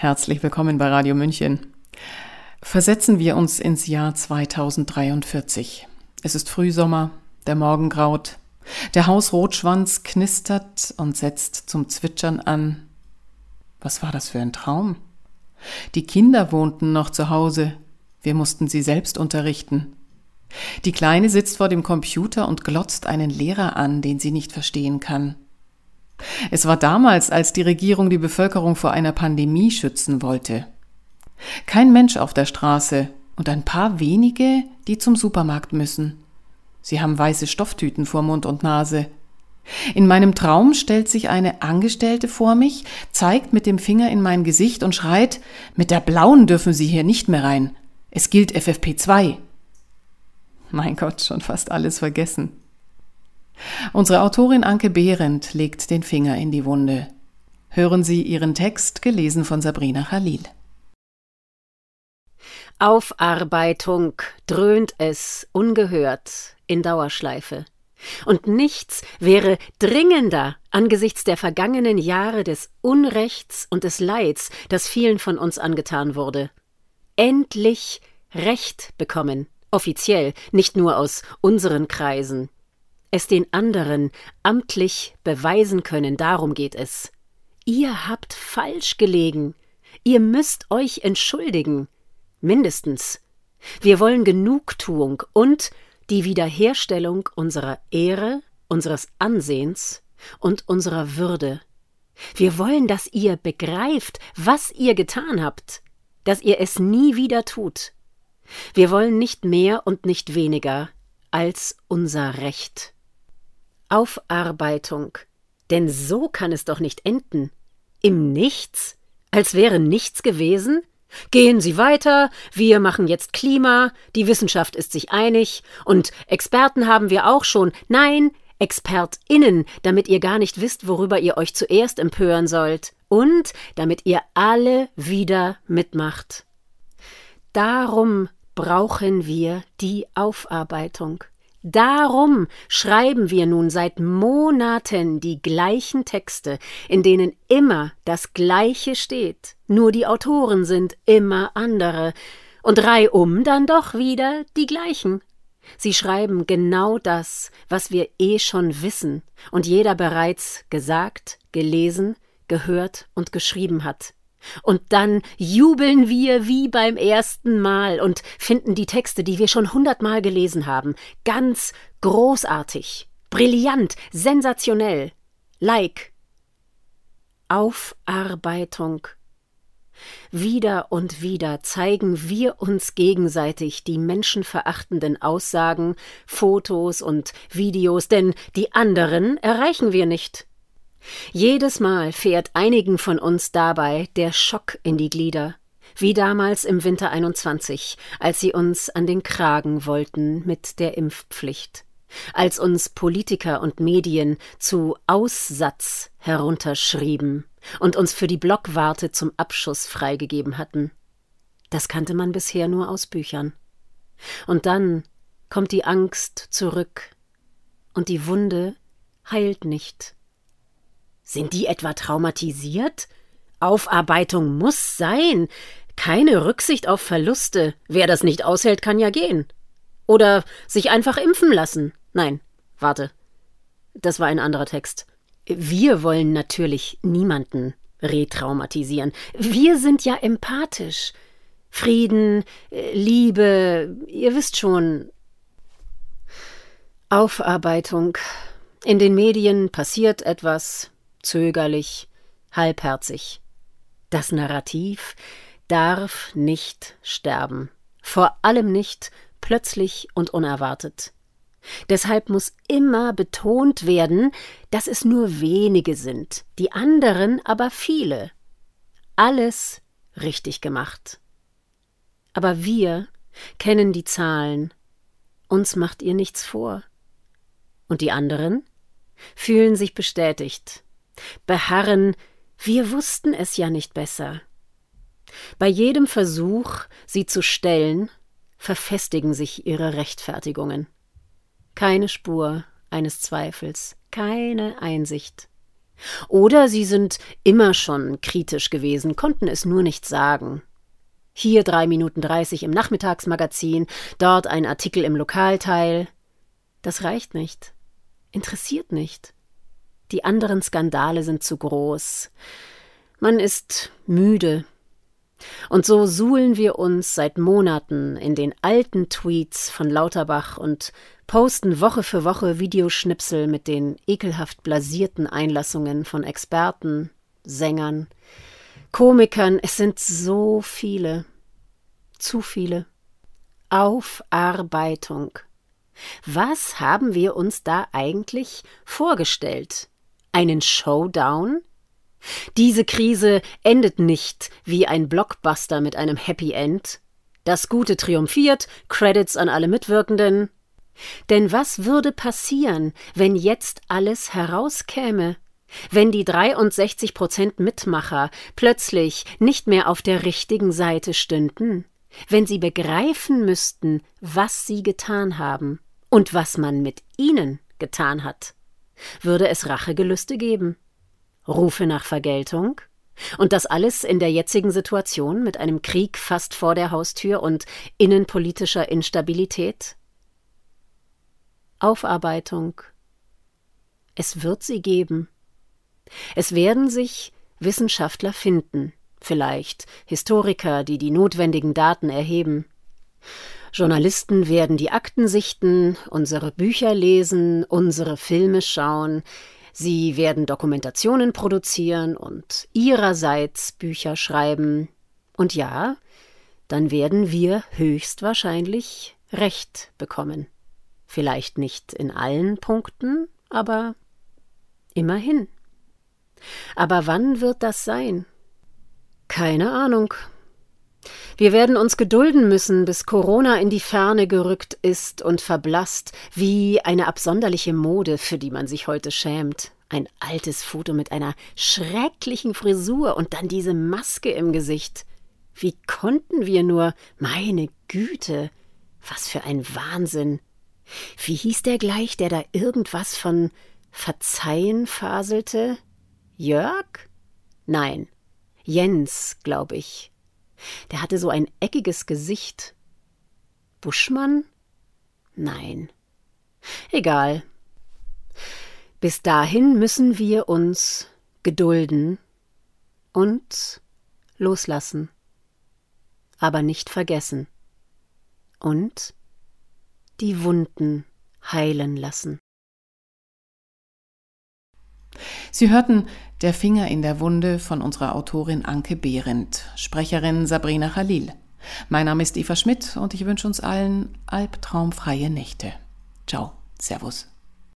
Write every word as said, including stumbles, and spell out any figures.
Herzlich willkommen bei Radio München. Versetzen wir uns ins Jahr zweitausenddreiundvierzig. Es ist Frühsommer, der Morgen graut, der Hausrotschwanz knistert und setzt zum Zwitschern an. Was war das für ein Traum? Die Kinder wohnten noch zu Hause, wir mussten sie selbst unterrichten. Die Kleine sitzt vor dem Computer und glotzt einen Lehrer an, den sie nicht verstehen kann. Es war damals, als die Regierung die Bevölkerung vor einer Pandemie schützen wollte. Kein Mensch auf der Straße und ein paar wenige, die zum Supermarkt müssen. Sie haben weiße Stofftüten vor Mund und Nase. In meinem Traum stellt sich eine Angestellte vor mich, zeigt mit dem Finger in mein Gesicht und schreit: Mit der blauen dürfen Sie hier nicht mehr rein. Es gilt F F P zwei. Mein Gott, schon fast alles vergessen. Unsere Autorin Anke Behrendt legt den Finger in die Wunde. Hören Sie ihren Text, gelesen von Sabrina Khalil. Aufarbeitung dröhnt es ungehört in Dauerschleife. Und nichts wäre dringender angesichts der vergangenen Jahre des Unrechts und des Leids, das vielen von uns angetan wurde. Endlich Recht bekommen, offiziell, nicht nur aus unseren Kreisen. Es den anderen amtlich beweisen können, darum geht es. Ihr habt falsch gelegen. Ihr müsst euch entschuldigen. Mindestens. Wir wollen Genugtuung und die Wiederherstellung unserer Ehre, unseres Ansehens und unserer Würde. Wir wollen, dass ihr begreift, was ihr getan habt, dass ihr es nie wieder tut. Wir wollen nicht mehr und nicht weniger als unser Recht. Aufarbeitung, denn so kann es doch nicht enden. Im Nichts? Als wäre nichts gewesen? Gehen Sie weiter, wir machen jetzt Klima, die Wissenschaft ist sich einig und Experten haben wir auch schon. Nein, ExpertInnen, damit ihr gar nicht wisst, worüber ihr euch zuerst empören sollt und damit ihr alle wieder mitmacht. Darum brauchen wir die Aufarbeitung. Darum schreiben wir nun seit Monaten die gleichen Texte, in denen immer das Gleiche steht, nur die Autoren sind immer andere und reihum dann doch wieder die gleichen. Sie schreiben genau das, was wir eh schon wissen und jeder bereits gesagt, gelesen, gehört und geschrieben hat. Und dann jubeln wir wie beim ersten Mal und finden die Texte, die wir schon hundertmal gelesen haben, ganz großartig, brillant, sensationell. Like. Aufarbeitung. Wieder und wieder zeigen wir uns gegenseitig die menschenverachtenden Aussagen, Fotos und Videos, denn die anderen erreichen wir nicht. Jedes Mal fährt einigen von uns dabei der Schock in die Glieder, wie damals im Winter einundzwanzig, als sie uns an den Kragen wollten mit der Impfpflicht, als uns Politiker und Medien zu Aussatz herunterschrieben und uns für die Blockwarte zum Abschuss freigegeben hatten. Das kannte man bisher nur aus Büchern. Und dann kommt die Angst zurück und die Wunde heilt nicht. Sind die etwa traumatisiert? Aufarbeitung muss sein. Keine Rücksicht auf Verluste. Wer das nicht aushält, kann ja gehen. Oder sich einfach impfen lassen. Nein, warte. Das war ein anderer Text. Wir wollen natürlich niemanden retraumatisieren. Wir sind ja empathisch. Frieden, Liebe, ihr wisst schon. Aufarbeitung. In den Medien passiert etwas. Zögerlich, halbherzig. Das Narrativ darf nicht sterben. Vor allem nicht plötzlich und unerwartet. Deshalb muss immer betont werden, dass es nur wenige sind, die anderen aber viele. Alles richtig gemacht. Aber wir kennen die Zahlen. Uns macht ihr nichts vor. Und die anderen fühlen sich bestätigt. Beharren, wir wussten es ja nicht besser. Bei jedem Versuch, sie zu stellen, verfestigen sich ihre Rechtfertigungen. Keine Spur eines Zweifels, keine Einsicht. Oder sie sind immer schon kritisch gewesen, konnten es nur nicht sagen. Hier drei Minuten dreißig im Nachmittagsmagazin, dort ein Artikel im Lokalteil. Das reicht nicht. Interessiert nicht. Die anderen Skandale sind zu groß. Man ist müde. Und so suhlen wir uns seit Monaten in den alten Tweets von Lauterbach und posten Woche für Woche Videoschnipsel mit den ekelhaft blasierten Einlassungen von Experten, Sängern, Komikern. Es sind so viele. Zu viele. Aufarbeitung. Was haben wir uns da eigentlich vorgestellt? Einen Showdown? Diese Krise endet nicht wie ein Blockbuster mit einem Happy End. Das Gute triumphiert, Credits an alle Mitwirkenden. Denn was würde passieren, wenn jetzt alles herauskäme? Wenn die dreiundsechzig Prozent Mitmacher plötzlich nicht mehr auf der richtigen Seite stünden? Wenn sie begreifen müssten, was sie getan haben und was man mit ihnen getan hat? Würde es Rachegelüste geben? Rufe nach Vergeltung? Und das alles in der jetzigen Situation mit einem Krieg fast vor der Haustür und innenpolitischer Instabilität? Aufarbeitung. Es wird sie geben. Es werden sich Wissenschaftler finden, vielleicht Historiker, die die notwendigen Daten erheben. Journalisten werden die Akten sichten, unsere Bücher lesen, unsere Filme schauen. Sie werden Dokumentationen produzieren und ihrerseits Bücher schreiben. Und ja, dann werden wir höchstwahrscheinlich Recht bekommen. Vielleicht nicht in allen Punkten, aber immerhin. Aber wann wird das sein? Keine Ahnung. Wir werden uns gedulden müssen, bis Corona in die Ferne gerückt ist und verblasst, wie eine absonderliche Mode, für die man sich heute schämt. Ein altes Foto mit einer schrecklichen Frisur und dann diese Maske im Gesicht. Wie konnten wir nur? Meine Güte, was für ein Wahnsinn. Wie hieß der gleich, der da irgendwas von Verzeihen faselte? Jörg? Nein, Jens, glaube ich. Der hatte so ein eckiges Gesicht. Buschmann? Nein. Egal. Bis dahin müssen wir uns gedulden und loslassen, aber nicht vergessen und die Wunden heilen lassen. Sie hörten Der Finger in der Wunde von unserer Autorin Anke Behrendt, Sprecherin Sabrina Khalil. Mein Name ist Eva Schmidt und ich wünsche uns allen albtraumfreie Nächte. Ciao, Servus.